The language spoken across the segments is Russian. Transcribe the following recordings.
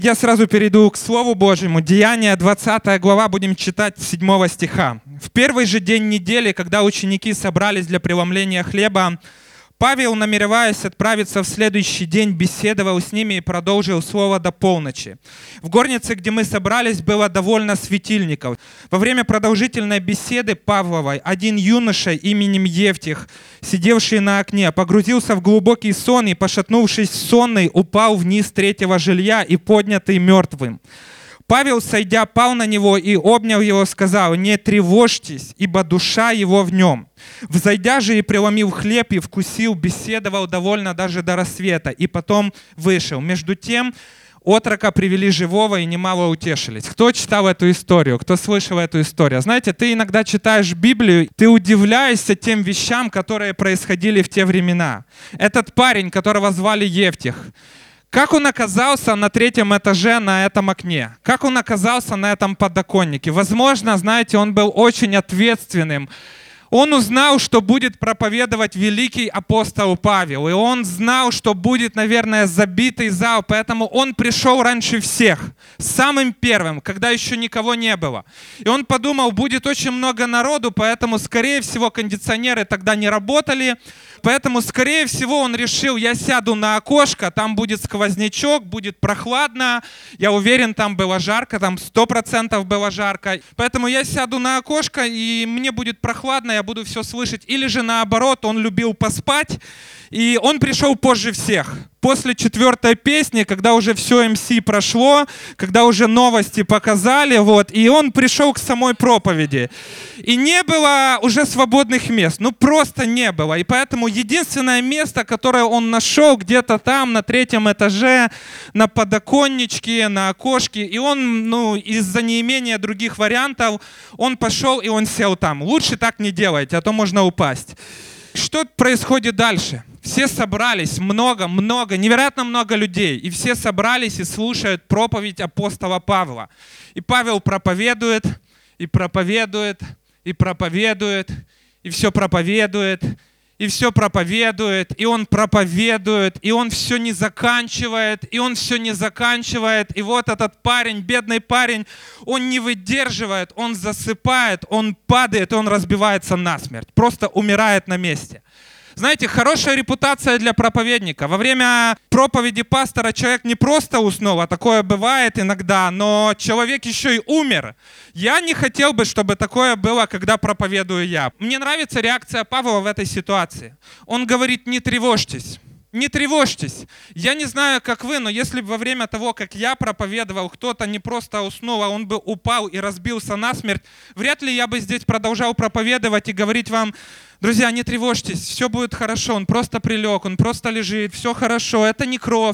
Я сразу перейду к Слову Божьему. Деяния, 20 глава, будем читать с 7 стиха. «В первый же день недели, когда ученики собрались для преломления хлеба, Павел, намереваясь отправиться в следующий день, беседовал с ними и продолжил слово до полночи. В горнице, где мы собрались, было довольно светильников. Во время продолжительной беседы Павловой один юноша именем Евтих, сидевший на окне, погрузился в глубокий сон и, пошатнувшись в сонный, упал вниз третьего жилья и поднятый мертвым. Павел, сойдя, пал на него и обнял его, сказал: «Не тревожьтесь, ибо душа его в нем». Взойдя же и преломив хлеб и вкусил, беседовал довольно даже до рассвета, и потом вышел. Между тем отрока привели живого и немало утешились. Кто читал эту историю? Кто слышал эту историю? Знаете, ты иногда читаешь Библию, ты удивляешься тем вещам, которые происходили в те времена. Этот парень, которого звали Евтих, как он оказался на третьем этаже на этом окне? Как он оказался на этом подоконнике? Возможно, знаете, он был очень ответственным. Он узнал, что будет проповедовать великий апостол Павел. И он знал, что будет, наверное, забитый зал. Поэтому он пришел раньше всех, самым первым, когда еще никого не было. И он подумал, будет очень много народу, поэтому, скорее всего, кондиционеры тогда не работали. Поэтому, скорее всего, он решил, я сяду на окошко, там будет сквознячок, будет прохладно. Я уверен, там было жарко, там 100% было жарко. Поэтому я сяду на окошко, и мне будет прохладно, я буду все слышать. Или же наоборот, он любил поспать, и он пришел позже всех. После 4-й песни, когда уже все МС прошло, когда уже новости показали, и он пришел к самой проповеди. И не было уже свободных мест, просто не было. И поэтому единственное место, которое он нашел где-то там, на 3-м этаже, на подоконничке, на окошке, и он, из-за неимения других вариантов, он пошел и он сел там. Лучше так не делайте, а то можно упасть. Что происходит дальше? Все собрались, невероятно много людей, и все собрались и слушают проповедь апостола Павла. И Павел проповедует, и проповедует, и проповедует, и все проповедует, и все проповедует, и он проповедует, и он все не заканчивает, и он все не заканчивает. И вот этот парень, бедный парень, он не выдерживает, он засыпает, он падает, и он разбивается насмерть, просто умирает на месте. Знаете, хорошая репутация для проповедника. Во время проповеди пастора человек не просто уснул, а такое бывает иногда, но человек еще и умер. Я не хотел бы, чтобы такое было, когда проповедую я. Мне нравится реакция Павла в этой ситуации. Он говорит: не тревожьтесь. Не тревожьтесь. Я не знаю, как вы, но если бы во время того, как я проповедовал, кто-то не просто уснул, а он бы упал и разбился насмерть, вряд ли я бы здесь продолжал проповедовать и говорить вам: друзья, не тревожьтесь, все будет хорошо, он просто прилег, он просто лежит, все хорошо, это не кровь,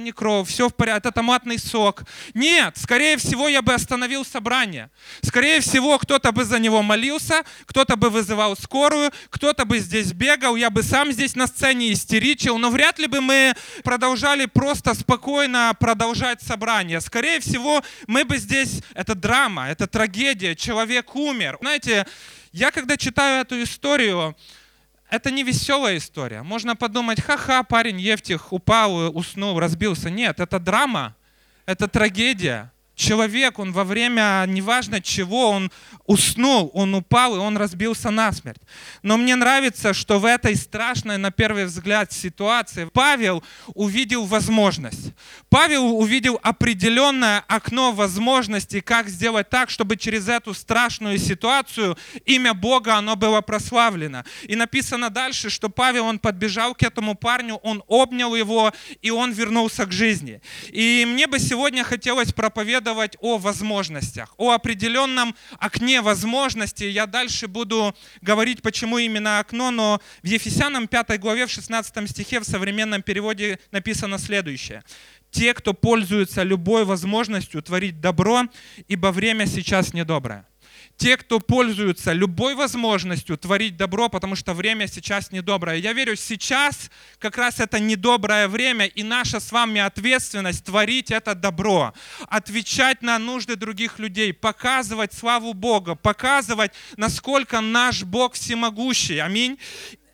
все в порядке, это томатный сок. Нет, скорее всего, я бы остановил собрание. Скорее всего, кто-то бы за него молился, кто-то бы вызывал скорую, кто-то бы здесь бегал, я бы сам здесь на сцене истеричил, но вряд ли бы мы продолжали просто спокойно продолжать собрание. Скорее всего, мы бы здесь, это драма, это трагедия, человек умер. Знаете, я когда читаю эту историю, это не веселая история. Можно подумать: ха-ха, парень Евтих упал, уснул, разбился. Нет, это драма, это трагедия. Человек, он во время, неважно чего, он уснул, он упал, и он разбился насмерть. Но мне нравится, что в этой страшной, на первый взгляд, ситуации Павел увидел возможность. Павел увидел определенное окно возможностей, как сделать так, чтобы через эту страшную ситуацию имя Бога, оно было прославлено. И написано дальше, что Павел, он подбежал к этому парню, он обнял его, и он вернулся к жизни. И мне бы сегодня хотелось проповедовать о возможностях, о определенном окне возможностей. Я дальше буду говорить, почему именно окно, но в Ефесянам 5 главе в 16 стихе в современном переводе написано следующее: «Те, кто пользуются любой возможностью творить добро, ибо время сейчас недоброе». Те, кто пользуются любой возможностью творить добро, потому что время сейчас недоброе. Я верю, сейчас как раз это недоброе время, и наша с вами ответственность творить это добро, отвечать на нужды других людей, показывать славу Бога, показывать, насколько наш Бог всемогущий. Аминь.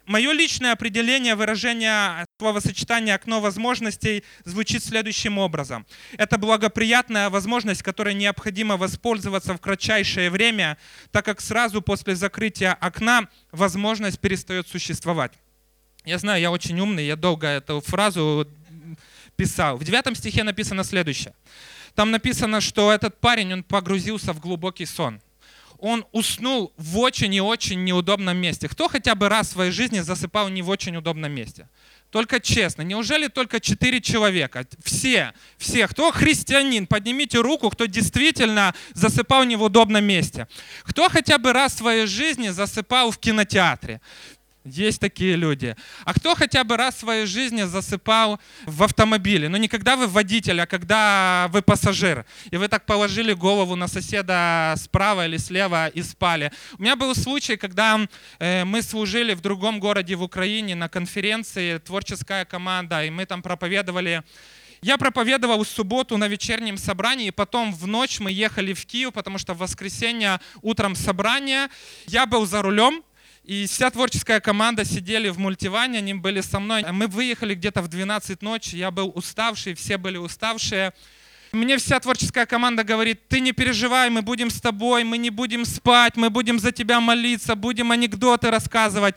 Мое личное определение выражения словосочетания «окно возможностей» звучит следующим образом. Это благоприятная возможность, которой необходимо воспользоваться в кратчайшее время, так как сразу после закрытия окна возможность перестает существовать. Я знаю, я очень умный, я долго эту фразу писал. В 9 стихе написано следующее. Там написано, что этот парень, он погрузился в глубокий сон. Он уснул в очень и очень неудобном месте. Кто хотя бы раз в своей жизни засыпал не в очень удобном месте? Только честно, неужели только 4 человека? Все, кто христианин, поднимите руку, кто действительно засыпал не в удобном месте. Кто хотя бы раз в своей жизни засыпал в кинотеатре? Есть такие люди. А кто хотя бы раз в своей жизни засыпал в автомобиле? Но не когда вы водитель, а когда вы пассажир. И вы так положили голову на соседа справа или слева и спали. У меня был случай, когда мы служили в другом городе в Украине на конференции, творческая команда, и мы там проповедовали. Я проповедовал в субботу на вечернем собрании, и потом в ночь мы ехали в Киев, потому что в воскресенье утром собрание. Я был за рулем. И вся творческая команда сидели в мультиване, они были со мной. Мы выехали где-то в 12 ночи, я был уставший, все были уставшие. Мне вся творческая команда говорит: ты не переживай, мы будем с тобой, мы не будем спать, мы будем за тебя молиться, будем анекдоты рассказывать.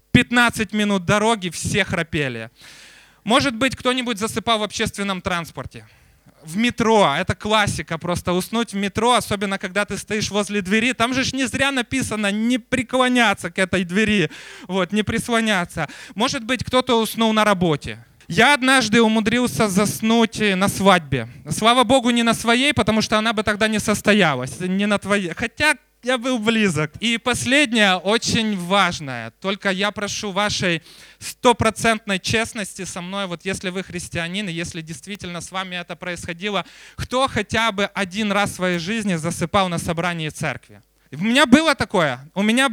15 минут дороги, все храпели. Может быть, кто-нибудь засыпал в общественном транспорте? В метро, это классика, просто уснуть в метро, особенно когда ты стоишь возле двери. Там же не зря написано не преклоняться к этой двери, вот, не прислоняться. Может быть, кто-то уснул на работе. Я однажды умудрился заснуть на свадьбе. Слава Богу, не на своей, потому что она бы тогда не состоялась, не на твоей. Хотя я был близок. И последнее, очень важное. Только я прошу вашей 100% честности со мной, вот если вы христианин, и если действительно с вами это происходило, кто хотя бы один раз в своей жизни засыпал на собрании церкви? У меня было такое.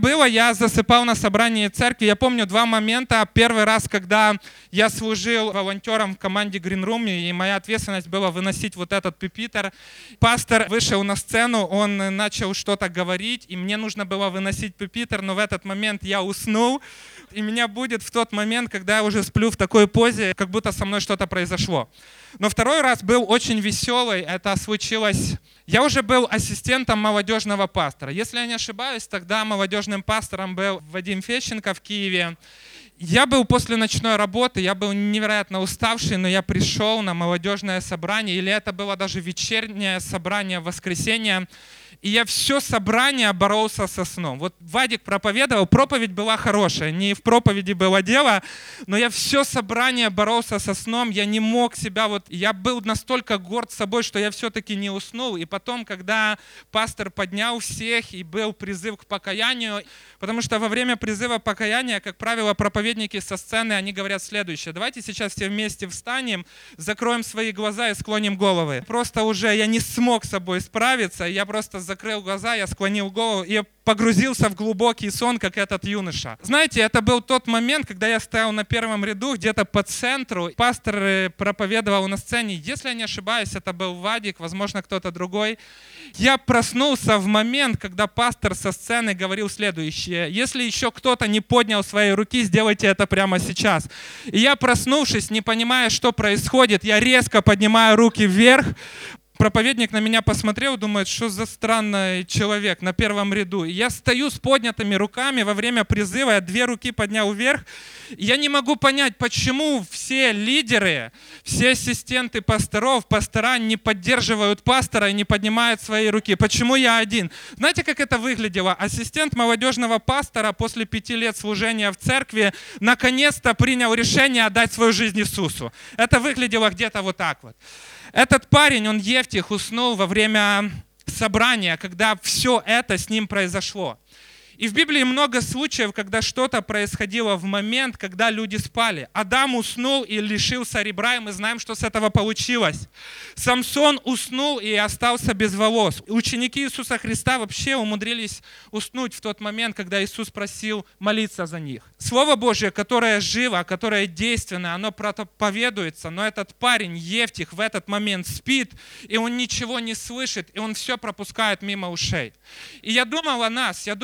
Я засыпал на собрании церкви. Я помню 2 момента. Первый раз, когда я служил волонтером в команде Green Room, и моя ответственность была выносить вот этот пюпитр. Пастор вышел на сцену, он начал что-то говорить, и мне нужно было выносить пюпитр, но в этот момент я уснул, и меня будет в тот момент, когда я уже сплю в такой позе, как будто со мной что-то произошло. Но второй раз был очень веселый. Это случилось... Я уже был ассистентом молодежного пастора. Если я не ошибаюсь, тогда молодежным пастором был Вадим Фещенко в Киеве. Я был после ночной работы, я был невероятно уставший, но я пришел на молодежное собрание, или это было даже вечернее собрание в воскресенье. И я все собрание боролся со сном. Вот Вадик проповедовал, проповедь была хорошая, не в проповеди было дело, но я все собрание боролся со сном, я не мог себя, я был настолько горд собой, что я все-таки не уснул. И потом, когда пастор поднял всех и был призыв к покаянию, потому что во время призыва покаяния, как правило, проповедники со сцены, они говорят следующее: давайте сейчас все вместе встанем, закроем свои глаза и склоним головы. Просто уже я не смог с собой справиться, я просто закрыл глаза, я склонил голову и погрузился в глубокий сон, как этот юноша. Знаете, это был тот момент, когда я стоял на первом ряду, где-то по центру. Пастор проповедовал на сцене. Если я не ошибаюсь, это был Вадик, возможно, кто-то другой. Я проснулся в момент, когда пастор со сцены говорил следующее: если еще кто-то не поднял свои руки, сделайте это прямо сейчас. И я, проснувшись, не понимая, что происходит, я резко поднимаю руки вверх. Проповедник на меня посмотрел, думает, что за странный человек на первом ряду. И я стою с поднятыми руками во время призыва, я 2 руки поднял вверх. И я не могу понять, почему все лидеры, все ассистенты пасторов, пастора не поддерживают пастора и не поднимают свои руки. Почему я один? Знаете, как это выглядело? Ассистент молодежного пастора после 5 лет служения в церкви наконец-то принял решение отдать свою жизнь Иисусу. Это выглядело где-то вот так вот. Этот парень, он Евтих, уснул во время собрания, когда все это с ним произошло. И в Библии много случаев, когда что-то происходило в момент, когда люди спали. Адам уснул и лишился ребра, и мы знаем, что с этого получилось. Самсон уснул и остался без волос. Ученики Иисуса Христа вообще умудрились уснуть в тот момент, когда Иисус просил молиться за них. Слово Божье, которое живо, которое действенно, оно проповедуется, но этот парень, Евтих, в этот момент спит, и он ничего не слышит, и он все пропускает мимо ушей. И я думал о нас, я думал о том,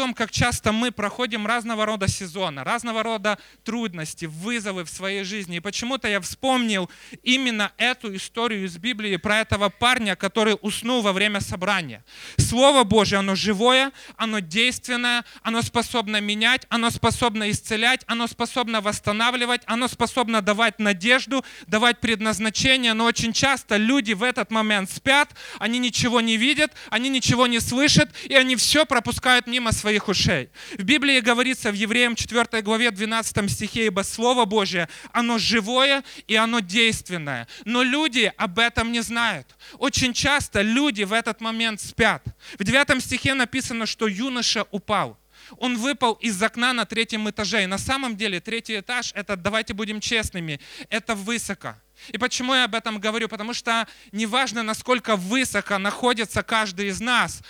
том, как часто мы проходим разного рода сезоны, разного рода трудности, вызовы в своей жизни. И почему-то я вспомнил именно эту историю из Библии про этого парня, который уснул во время собрания. Слово Божье, оно живое, оно действенное, оно способно менять, оно способно исцелять, оно способно восстанавливать, оно способно давать надежду, давать предназначение. Но очень часто люди в этот момент спят, они ничего не видят, они ничего не слышат, и они все пропускают мимо своих ушей. В Библии говорится в Евреям 4 главе 12 стихе: «Ибо Слово Божье, оно живое и оно действенное». Но люди об этом не знают. Очень часто люди в этот момент спят. В 9 стихе написано, что юноша упал. Он выпал из окна на 3-м этаже. И на самом деле 3-й этаж, это, давайте будем честными, это высоко. И почему я об этом говорю? Потому что неважно, насколько высоко находится каждый из нас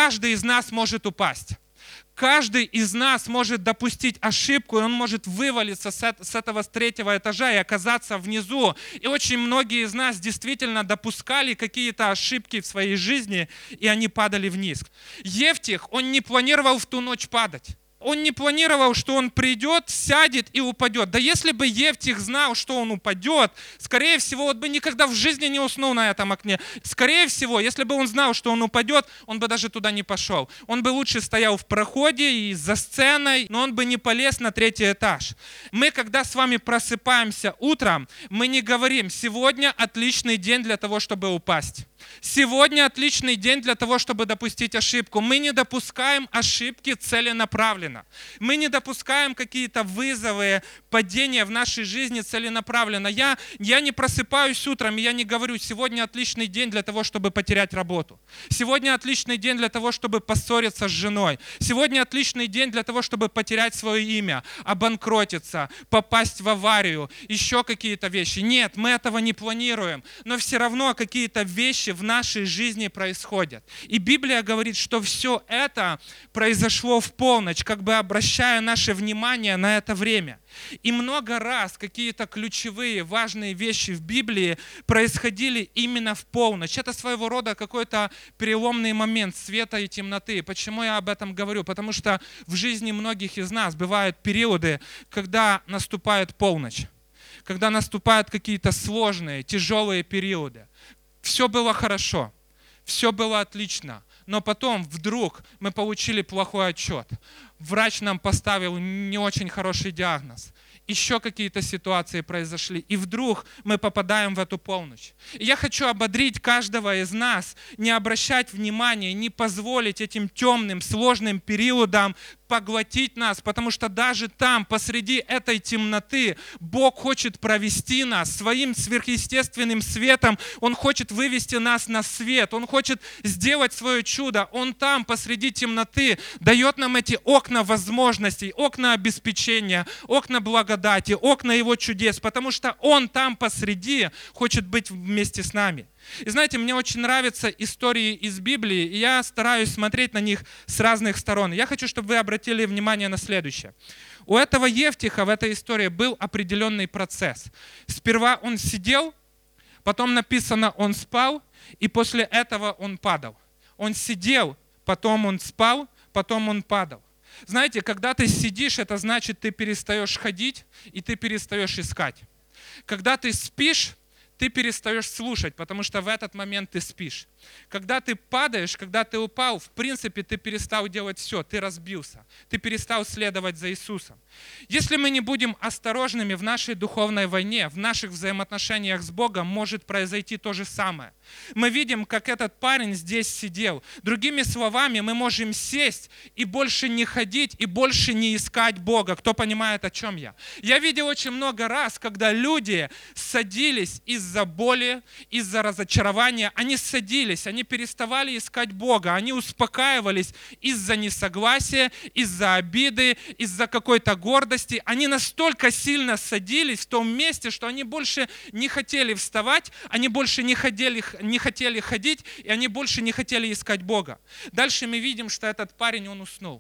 может упасть. Каждый из нас может допустить ошибку, и он может вывалиться с этого 3-го этажа и оказаться внизу. И очень многие из нас действительно допускали какие-то ошибки в своей жизни, и они падали вниз. Евтих, он не планировал в ту ночь падать. Он не планировал, что он придет, сядет и упадет. Да если бы Евтих знал, что он упадет, скорее всего, он бы никогда в жизни не уснул на этом окне. Скорее всего, если бы он знал, что он упадет, он бы даже туда не пошел. Он бы лучше стоял в проходе и за сценой, но он бы не полез на 3-й этаж. Мы, когда с вами просыпаемся утром, мы не говорим: сегодня отличный день для того, чтобы упасть. Сегодня отличный день для того, чтобы допустить ошибку. Мы не допускаем ошибки целенаправленно. Мы не допускаем какие-то вызовы, падения в нашей жизни целенаправленно. Я не просыпаюсь утром, и я не говорю: сегодня отличный день для того, чтобы потерять работу. Сегодня отличный день для того, чтобы поссориться с женой. Сегодня отличный день для того, чтобы потерять свое имя, обанкротиться, попасть в аварию, еще какие-то вещи. Нет, мы этого не планируем. Но все равно какие-то вещи в нашей жизни происходят. И Библия говорит, что все это произошло в полночь, как бы обращая наше внимание на это время. И много раз какие-то ключевые, важные вещи в Библии происходили именно в полночь. Это своего рода какой-то переломный момент света и темноты. Почему я об этом говорю? Потому что в жизни многих из нас бывают периоды, когда наступает полночь, когда наступают какие-то сложные, тяжелые периоды. Все было хорошо, все было отлично, но потом вдруг мы получили плохой отчет. Врач нам поставил не очень хороший диагноз. Еще какие-то ситуации произошли, и вдруг мы попадаем в эту полночь. И я хочу ободрить каждого из нас, не обращать внимания, не позволить этим темным, сложным периодам поглотить нас, потому что даже там, посреди этой темноты, Бог хочет провести нас своим сверхъестественным светом. Он хочет вывести нас на свет, Он хочет сделать свое чудо. Он там, посреди темноты, дает нам эти окна возможностей, окна обеспечения, окна благодати, окна Его чудес, потому что Он там посреди хочет быть вместе с нами. И знаете, мне очень нравятся истории из Библии, и я стараюсь смотреть на них с разных сторон. Я хочу, чтобы вы обратили внимание на следующее. У этого Евтиха в этой истории был определенный процесс. Сперва он сидел, потом написано, он спал, и после этого он падал. Он сидел, потом он спал, потом он падал. Знаете, когда ты сидишь, это значит, ты перестаешь ходить, и ты перестаешь искать. Когда ты спишь, ты перестаешь слушать, потому что в этот момент ты спишь. Когда ты падаешь, когда ты упал, в принципе, ты перестал делать все, ты разбился, ты перестал следовать за Иисусом. Если мы не будем осторожными в нашей духовной войне, в наших взаимоотношениях с Богом, может произойти то же самое. Мы видим, как этот парень здесь сидел. Другими словами, мы можем сесть и больше не ходить, и больше не искать Бога. Кто понимает, о чем я? Я видел очень много раз, когда люди садились из-за боли, из-за разочарования, они садились, они переставали искать Бога, они успокаивались из-за несогласия, из-за обиды, из-за какой-то гордости. Они настолько сильно садились в том месте, что они больше не хотели вставать, они больше не хотели ходить, и они больше не хотели искать Бога. Дальше мы видим, что этот парень, он уснул.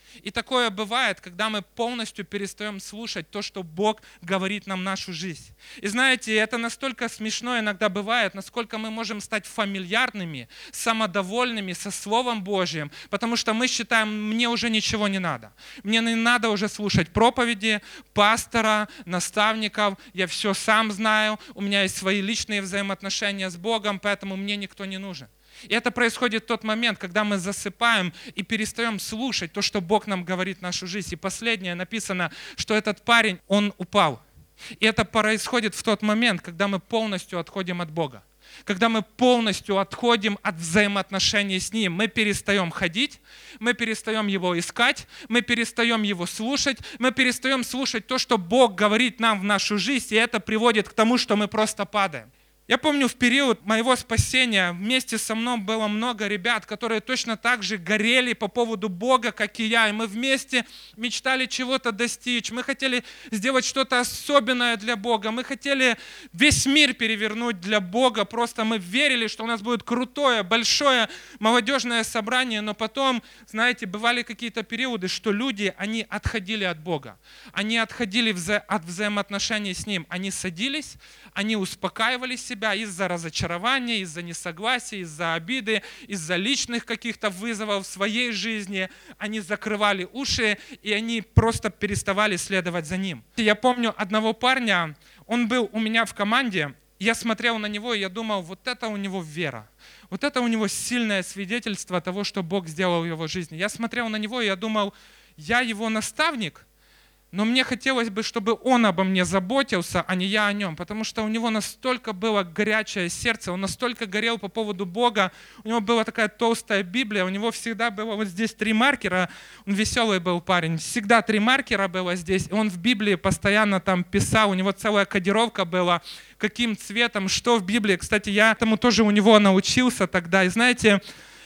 И такое бывает, когда мы полностью перестаем слушать то, что Бог говорит нам в нашу жизнь. И знаете, это настолько смешно иногда бывает, насколько мы можем стать фамильярными, самодовольными со Словом Божьим, потому что мы считаем, мне уже ничего не надо. Мне не надо уже слушать проповеди пастора, наставников, я все сам знаю, у меня есть свои личные взаимоотношения с Богом, поэтому мне никто не нужен. И это происходит в тот момент, когда мы засыпаем и перестаем слушать то, что Бог нам говорит в нашу жизнь. И последнее написано, что этот парень, он упал. И это происходит в тот момент, когда мы полностью отходим от Бога. Когда мы полностью отходим от взаимоотношений с Ним, мы перестаем ходить, мы перестаем Его искать, мы перестаем Его слушать, мы перестаем слушать то, что Бог говорит нам в нашу жизнь, и это приводит к тому, что мы просто падаем. Я помню, в период моего спасения вместе со мной было много ребят, которые точно так же горели по поводу Бога, как и я. И мы вместе мечтали чего-то достичь. Мы хотели сделать что-то особенное для Бога. Мы хотели весь мир перевернуть для Бога. Просто мы верили, что у нас будет крутое, большое молодежное собрание. Но потом, знаете, бывали какие-то периоды, что люди, они отходили от Бога. Они отходили от взаимоотношений с Ним. Они садились, они успокаивали себя из-за разочарования, из-за несогласия, из-за обиды, из-за личных каких-то вызовов в своей жизни. Они закрывали уши, и они просто переставали следовать за Ним. Я помню одного парня, он был у меня в команде, я смотрел на него, и я думал, вот это у него вера. Вот это у него сильное свидетельство того, что Бог сделал в его жизни. Я смотрел на него, и я думал, я его наставник, но мне хотелось бы, чтобы он обо мне заботился, а не я о нем, потому что у него настолько было горячее сердце, он настолько горел по поводу Бога, у него была такая толстая Библия, у него всегда было вот здесь 3 маркера, он веселый был парень, всегда 3 маркера было здесь, и он в Библии постоянно там писал, у него целая кодировка была, каким цветом, что в Библии. Кстати, я этому тоже у него научился тогда, и знаете,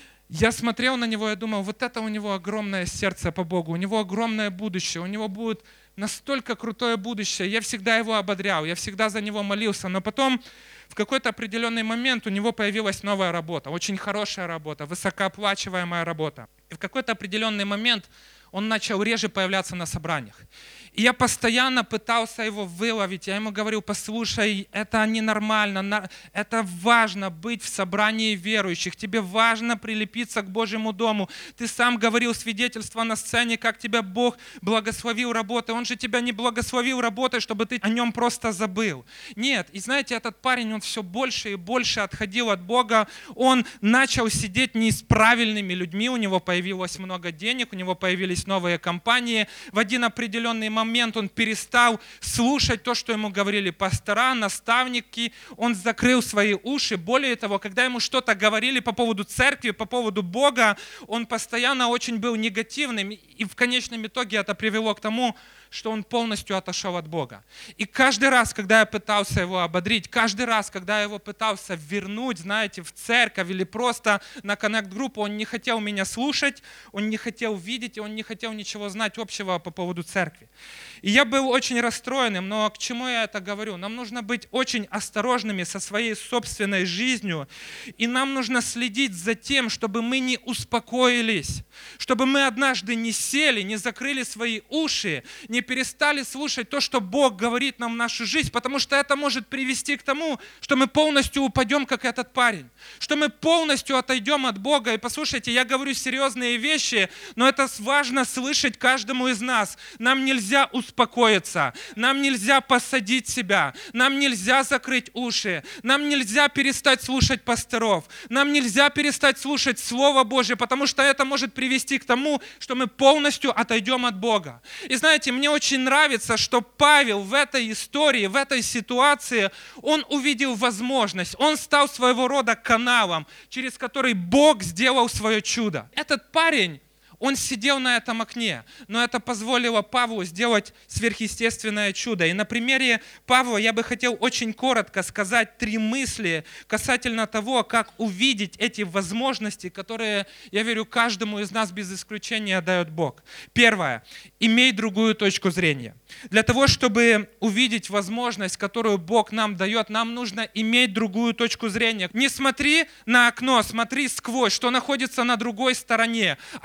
я смотрел на него и думал, вот это у него огромное сердце по Богу, у него огромное будущее, у него будет настолько крутое будущее. Я всегда его ободрял, я всегда за него молился, но потом в какой-то определенный момент у него появилась новая работа, очень хорошая работа, высокооплачиваемая работа. И в какой-то определенный момент он начал реже появляться на собраниях. И я постоянно пытался его выловить. Я ему говорил, послушай, это ненормально, это важно быть в собрании верующих. Тебе важно прилепиться к Божьему дому. Ты сам говорил свидетельство на сцене, как тебя Бог благословил работой. Он же тебя не благословил работой, чтобы ты о нем просто забыл. Нет. И знаете, этот парень, он все больше и больше отходил от Бога. Он начал сидеть не с правильными людьми. У него появилось много денег, у него появились новые компании. В один определенный момент он перестал слушать то, что ему говорили пастора, наставники, он закрыл свои уши. Более того, когда ему что-то говорили по поводу церкви, по поводу Бога, он постоянно очень был негативным, и в конечном итоге это привело к тому, что он полностью отошел от Бога. И каждый раз, когда я пытался его ободрить, каждый раз, когда я его пытался вернуть, знаете, в церковь или просто на коннект-группу, он не хотел меня слушать, он не хотел видеть, и он не хотел ничего знать общего по поводу церкви. И я был очень расстроенным, но к чему я это говорю? Нам нужно быть очень осторожными со своей собственной жизнью, и нам нужно следить за тем, чтобы мы не успокоились, чтобы мы однажды не сели, не закрыли свои уши, не перестали слушать то, что Бог говорит нам в нашу жизнь, потому что это может привести к тому, что мы полностью упадем, как этот парень, что мы полностью отойдем от Бога. И послушайте, я говорю серьезные вещи, но это важно слышать каждому из нас. Нам нельзя успокоиться, нам нельзя посадить себя, нам нельзя закрыть уши, нам нельзя перестать слушать пасторов, нам нельзя перестать слушать Слово Божье, потому что это может привести к тому, что мы полностью отойдем от Бога. И знаете, мне очень нравится, что Павел в этой истории, в этой ситуации, он увидел возможность, он стал своего рода каналом, через который Бог сделал свое чудо. Этот парень, он сидел на этом окне, но это позволило Павлу сделать сверхъестественное чудо. И на примере Павла я бы хотел очень коротко сказать 3 мысли касательно того, как увидеть эти возможности, которые, я верю, каждому из нас без исключения дает Бог. Первое. Имей другую точку зрения. Для того, чтобы увидеть возможность, которую Бог нам дает, нам нужно иметь другую точку зрения. Не смотри на окно, смотри сквозь, что находится на другой стороне. Окно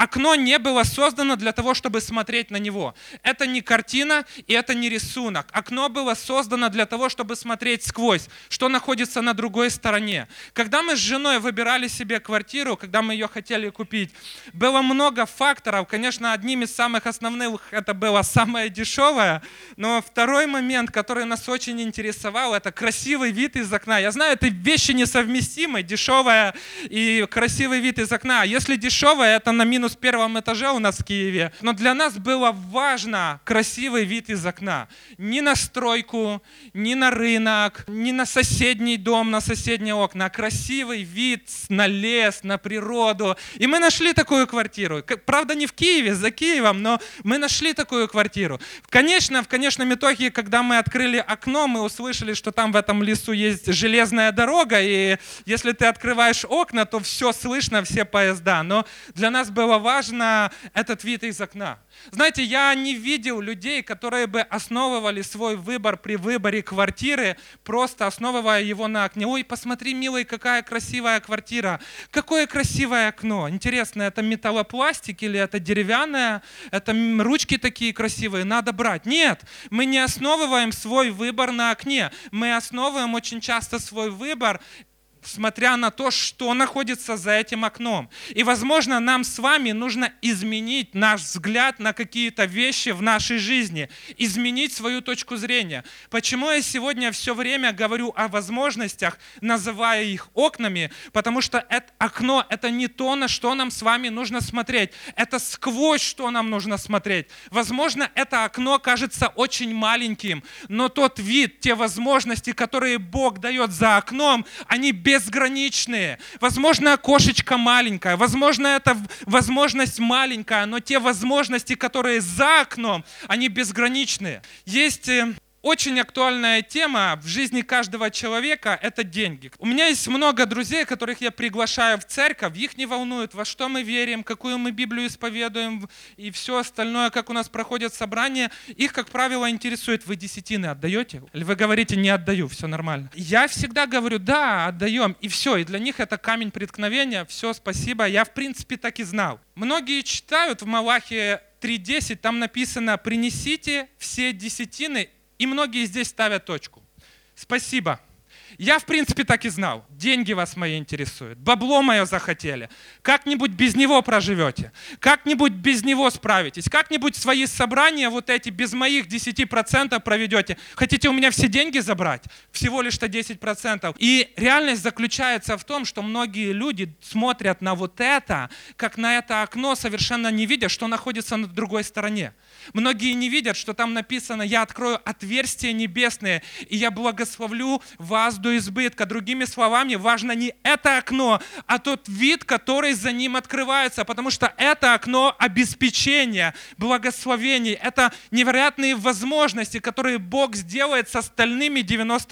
не было создано для того, чтобы смотреть на него. Это не картина и это не рисунок. Окно было создано для того, чтобы смотреть сквозь, что находится на другой стороне. Когда мы с женой выбирали себе квартиру, когда мы ее хотели купить, было много факторов. Конечно, одним из самых основных это было самое дешевое, но второй момент, который нас очень интересовал, это красивый вид из окна. Я знаю, это вещи несовместимы, дешевая и красивый вид из окна. Если дешевое, это на минус первом этаже у нас в Киеве. Но для нас было важно красивый вид из окна. Ни на стройку, ни на рынок, ни на соседний дом, на соседние окна. А красивый вид на лес, на природу. И мы нашли такую квартиру. Правда, не в Киеве, за Киевом, но мы нашли такую квартиру. Конечно, в конечном итоге, когда мы открыли окно, мы услышали, что там в этом лесу есть железная дорога, и если ты открываешь окна, то все слышно, все поезда. Но для нас было важно этот вид из окна. Знаете, я не видел людей, которые бы основывали свой выбор при выборе квартиры, просто основывая его на окне. Ой, посмотри, милый, какая красивая квартира, какое красивое окно. Интересно, это металлопластик или это деревянное? Это ручки такие красивые, надо брать. Нет, мы не основываем свой выбор на окне. Мы основываем очень часто свой выбор, смотря на то, что находится за этим окном. И, возможно, нам с вами нужно изменить наш взгляд на какие-то вещи в нашей жизни, изменить свою точку зрения. Почему я сегодня все время говорю о возможностях, называя их окнами? Потому что это окно — это не то, на что нам с вами нужно смотреть. Это сквозь что нам нужно смотреть. Возможно, это окно кажется очень маленьким, но тот вид, те возможности, которые Бог дает за окном, они безграничные. Возможно, окошечко маленькое, возможно, это возможность маленькая, но те возможности, которые за окном, они безграничные. Есть очень актуальная тема в жизни каждого человека — это деньги. У меня есть много друзей, которых я приглашаю в церковь. Их не волнует, во что мы верим, какую мы Библию исповедуем и все остальное, как у нас проходят собрания. Их, как правило, интересует: вы десятины отдаете? Или вы говорите: не отдаю, все нормально? Я всегда говорю: да, отдаем. И все. И для них это камень преткновения. Все, спасибо. Я, в принципе, так и знал. Многие читают в Малахии 3:10, там написано: принесите все десятины. И многие здесь ставят точку. Спасибо. Я, в принципе, так и знал. Деньги вас мои интересуют. Бабло мое захотели. Как-нибудь без него проживете. Как-нибудь без него справитесь. Как-нибудь свои собрания вот эти без моих 10% проведете. Хотите у меня все деньги забрать? Всего лишь-то 10%. И реальность заключается в том, что многие люди смотрят на вот это, как на это окно, совершенно не видя, что находится на другой стороне. Многие не видят, что там написано: я открою отверстия небесные, и я благословлю вас до избытка. Другими словами, важно не это окно, а тот вид, который за ним открывается, потому что это окно обеспечения, благословений, это невероятные возможности, которые Бог сделает с остальными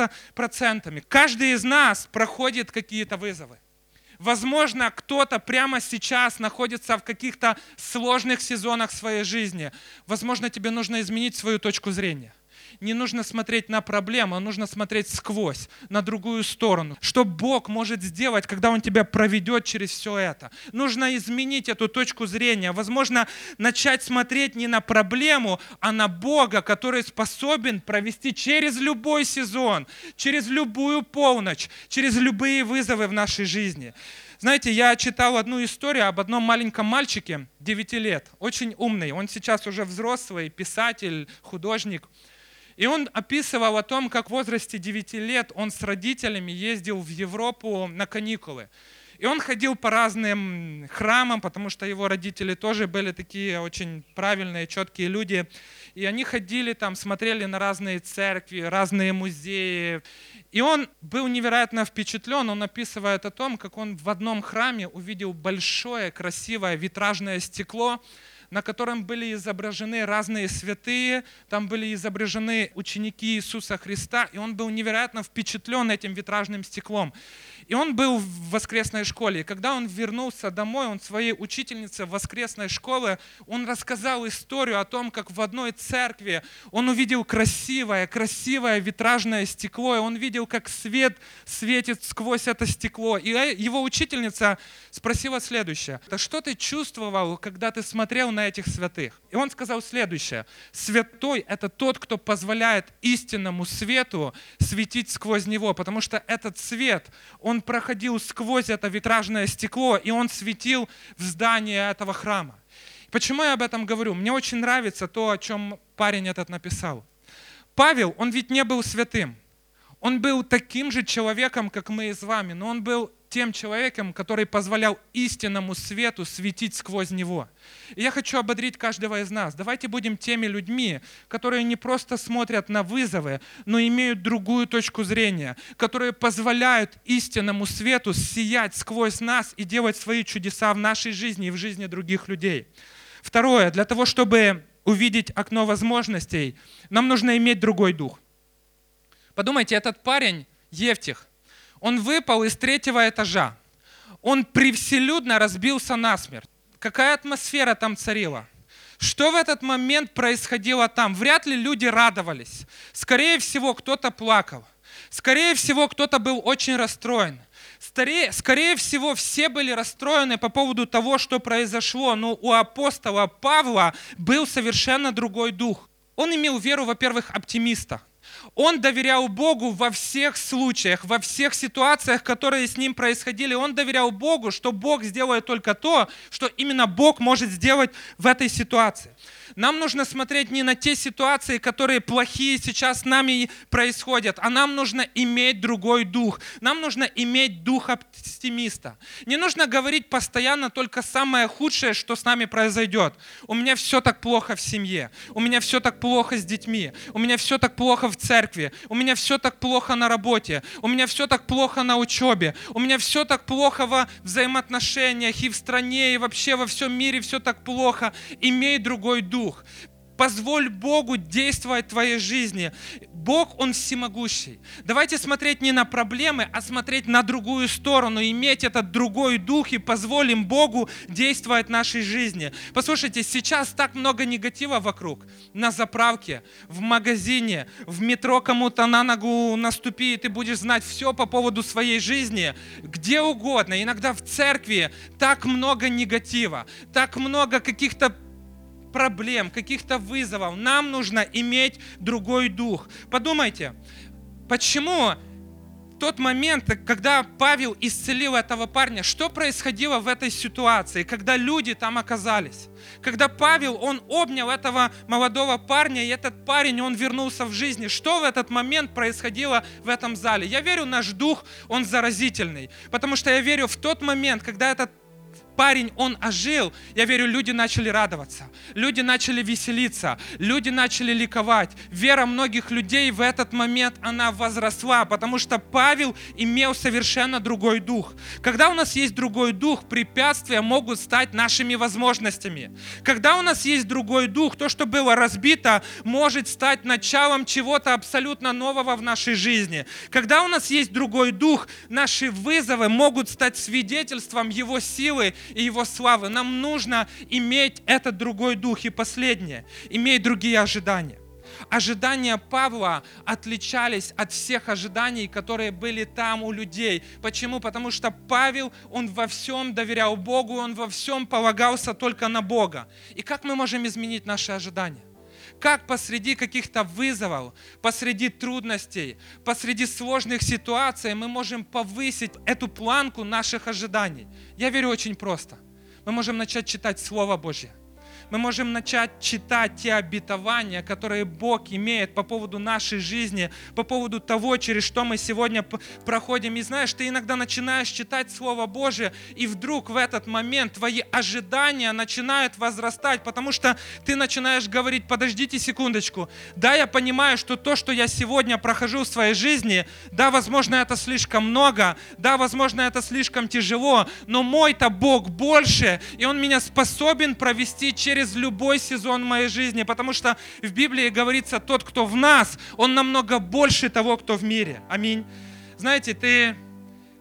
90%. Каждый из нас проходит какие-то вызовы. Возможно, кто-то прямо сейчас находится в каких-то сложных сезонах своей жизни. Возможно, тебе нужно изменить свою точку зрения. Не нужно смотреть на проблему, а нужно смотреть сквозь, на другую сторону. Что Бог может сделать, когда Он тебя проведет через все это? Нужно изменить эту точку зрения. Возможно, начать смотреть не на проблему, а на Бога, который способен провести через любой сезон, через любую полночь, через любые вызовы в нашей жизни. Знаете, я читал одну историю об одном маленьком мальчике, 9 лет, очень умный. Он сейчас уже взрослый, писатель, художник. И он описывал о том, как в возрасте 9 лет он с родителями ездил в Европу на каникулы. И он ходил по разным храмам, потому что его родители тоже были такие очень правильные, четкие люди. И они ходили там, смотрели на разные церкви, разные музеи. И он был невероятно впечатлен. Он описывает о том, как он в одном храме увидел большое, красивое витражное стекло, на котором были изображены разные святые, там были изображены ученики Иисуса Христа, и он был невероятно впечатлен этим витражным стеклом. И он был в воскресной школе. И когда он вернулся домой, он своей учительнице воскресной школы, он рассказал историю о том, как в одной церкви он увидел красивое витражное стекло, и он видел, как свет светит сквозь это стекло. И его учительница спросила следующее: «Да что ты чувствовал, когда ты смотрел на этих святых?» И он сказал следующее: «Святой — это тот, кто позволяет истинному свету светить сквозь него, потому что этот свет, он проходил сквозь это витражное стекло, и он светил в здание этого храма». Почему я об этом говорю? Мне очень нравится то, о чем парень этот написал. Павел, он ведь не был святым. Он был таким же человеком, как мы и с вами, но он был тем человеком, который позволял истинному свету светить сквозь него. И я хочу ободрить каждого из нас. Давайте будем теми людьми, которые не просто смотрят на вызовы, но имеют другую точку зрения, которые позволяют истинному свету сиять сквозь нас и делать свои чудеса в нашей жизни и в жизни других людей. Второе. Для того, чтобы увидеть окно возможностей, нам нужно иметь другой дух. Подумайте, этот парень, Евтих, он выпал из 3-го этажа. Он превселюдно разбился насмерть. Какая атмосфера там царила? Что в этот момент происходило там? Вряд ли люди радовались. Скорее всего, кто-то плакал. Скорее всего, кто-то был очень расстроен. Скорее всего, все были расстроены по поводу того, что произошло. Но у апостола Павла был совершенно другой дух. Он имел веру, во-первых, оптимиста. Он доверял Богу во всех случаях, во всех ситуациях, которые с ним происходили. Он доверял Богу, что Бог сделает только то, что именно Бог может сделать в этой ситуации. Нам нужно смотреть не на те ситуации, которые плохие сейчас с нами происходят, а нам нужно иметь другой дух. Нам нужно иметь дух оптимиста. Не нужно говорить постоянно только самое худшее, что с нами произойдет. У меня все так плохо в семье, у меня все так плохо с детьми, у меня все так плохо в церкви, у меня все так плохо на работе, у меня все так плохо на учебе, у меня все так плохо во взаимоотношениях и в стране, и вообще во всем мире все так плохо. Имей другой дух. Позволь Богу действовать в твоей жизни. Бог, Он всемогущий. Давайте смотреть не на проблемы, а смотреть на другую сторону, иметь этот другой дух и позволим Богу действовать в нашей жизни. Послушайте, сейчас так много негатива вокруг. На заправке, в магазине, в метро кому-то на ногу наступи, и ты будешь знать все по поводу своей жизни. Где угодно, иногда в церкви так много негатива, так много каких-то проблем, каких-то вызовов. Нам нужно иметь другой дух. Подумайте, почему в тот момент, когда Павел исцелил этого парня, что происходило в этой ситуации, когда люди там оказались? Когда Павел, он обнял этого молодого парня, и этот парень, он вернулся в жизнь. Что в этот момент происходило в этом зале? Я верю, наш дух, он заразительный, потому что я верю, в тот момент, когда этот парень, он ожил, я верю, люди начали радоваться, люди начали веселиться, люди начали ликовать. Вера многих людей в этот момент, она возросла, потому что Павел имел совершенно другой дух. Когда у нас есть другой дух, препятствия могут стать нашими возможностями. Когда у нас есть другой дух, то, что было разбито, может стать началом чего-то абсолютно нового в нашей жизни. Когда у нас есть другой дух, наши вызовы могут стать свидетельством Его силы и Его славы. Нам нужно иметь этот другой дух. И последнее, иметь другие ожидания. Ожидания Павла отличались от всех ожиданий, которые были там у людей. Почему? Потому что Павел, он во всем доверял Богу, он во всем полагался только на Бога. И как мы можем изменить наши ожидания? Как посреди каких-то вызовов, посреди трудностей, посреди сложных ситуаций мы можем повысить эту планку наших ожиданий? Я верю, очень просто. Мы можем начать читать Слово Божье. Мы можем начать читать те обетования, которые Бог имеет по поводу нашей жизни, по поводу того, через что мы сегодня проходим. И знаешь, ты иногда начинаешь читать Слово Божие, и вдруг в этот момент твои ожидания начинают возрастать, потому что ты начинаешь говорить: подождите секундочку, да, я понимаю, что то, что я сегодня прохожу в своей жизни, да, возможно, это слишком много, да, возможно, это слишком тяжело, но мой-то Бог больше, и Он меня способен провести через любой сезон моей жизни, потому что в Библии говорится: тот, кто в нас, он намного больше того, кто в мире. Аминь. Знаете,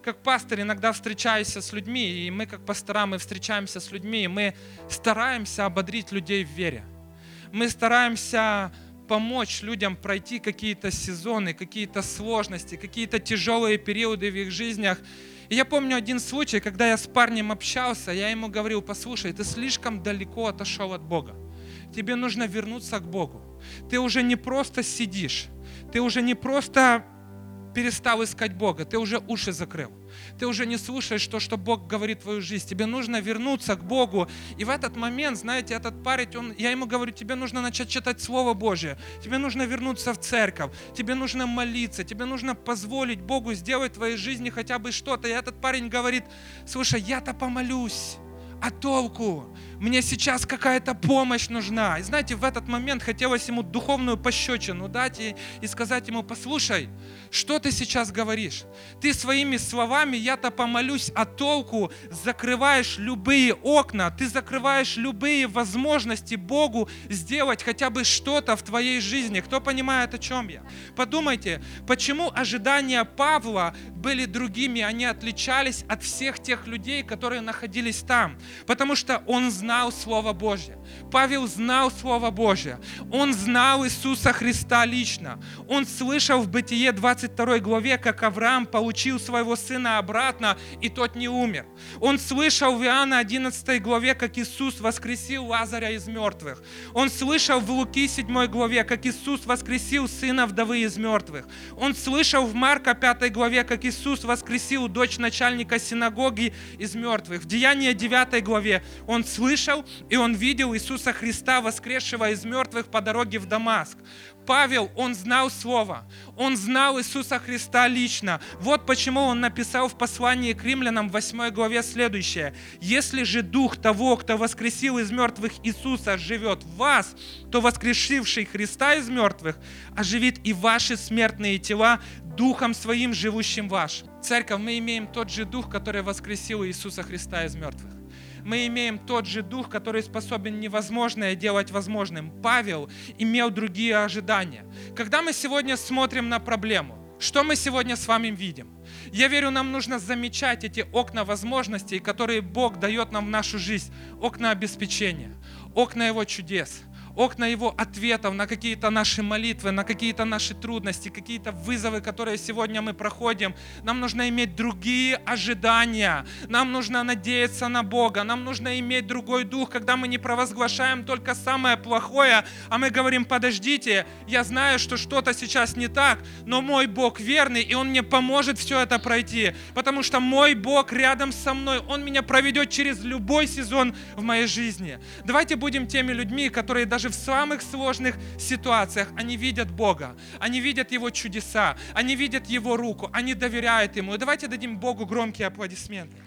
как пастор иногда встречаюсь с людьми, и мы как пастора, мы встречаемся с людьми, и мы стараемся ободрить людей в вере. Мы стараемся помочь людям пройти какие-то сезоны, какие-то сложности, какие-то тяжелые периоды в их жизнях. И я помню один случай, когда я с парнем общался, я ему говорил: послушай, ты слишком далеко отошел от Бога. Тебе нужно вернуться к Богу. Ты уже не просто сидишь, ты уже не просто перестал искать Бога, ты уже уши закрыл. Ты уже не слушаешь то, что Бог говорит в твою жизнь. Тебе нужно вернуться к Богу. И в этот момент, знаете, этот парень, я ему говорю: тебе нужно начать читать Слово Божие. Тебе нужно вернуться в церковь. Тебе нужно молиться. Тебе нужно позволить Богу сделать в твоей жизни хотя бы что-то. И этот парень говорит: слушай, я-то помолюсь. А толку? Мне сейчас какая-то помощь нужна. И знаете, в этот момент хотелось ему духовную пощечину дать и сказать ему: послушай, что ты сейчас говоришь? Ты своими словами «я-то помолюсь», а толку? Закрываешь любые окна, ты закрываешь любые возможности Богу сделать хотя бы что-то в твоей жизни. Кто понимает, о чем я? Подумайте, почему ожидания Павла были другими, они отличались от всех тех людей, которые находились там. Потому что он знал Слово Божье. Павел знал Слово Божье. Он знал Иисуса Христа лично. Он слышал в Бытие 22 главе, как Авраам получил своего сына обратно, и тот не умер. Он слышал в Иоанна 11 главе, как Иисус воскресил Лазаря из мертвых. Он слышал в Луки 7 главе, как Иисус воскресил сына вдовы из мертвых. Он слышал в Марка 5 главе, как Иисус воскресил дочь начальника синагоги из мертвых. В Деянии 9 главе он слышал и он видел Иисуса Христа, воскресшего из мертвых по дороге в Дамаск. Павел, он знал Слово, он знал Иисуса Христа лично. Вот почему он написал в послании к римлянам в 8 главе следующее: «Если же Дух того, кто воскресил из мертвых Иисуса, живет в вас, то воскресивший Христа из мертвых оживит и ваши смертные тела Духом Своим, живущим в вас». Церковь, мы имеем тот же Дух, который воскресил Иисуса Христа из мертвых. Мы имеем тот же Дух, который способен невозможное делать возможным. Павел имел другие ожидания. Когда мы сегодня смотрим на проблему, что мы сегодня с вами видим? Я верю, нам нужно замечать эти окна возможностей, которые Бог дает нам в нашу жизнь. Окна обеспечения, окна Его чудес, окна Его ответов на какие-то наши молитвы, на какие-то наши трудности, какие-то вызовы, которые сегодня мы проходим. Нам нужно иметь другие ожидания, нам нужно надеяться на Бога, нам нужно иметь другой дух, когда мы не провозглашаем только самое плохое, а мы говорим: подождите, я знаю, что что-то сейчас не так, но мой Бог верный, и Он мне поможет все это пройти, потому что мой Бог рядом со мной, Он меня проведет через любой сезон в моей жизни. Давайте будем теми людьми, которые даже в самых сложных ситуациях, они видят Бога, они видят Его чудеса, они видят Его руку, они доверяют Ему. И давайте дадим Богу громкие аплодисменты.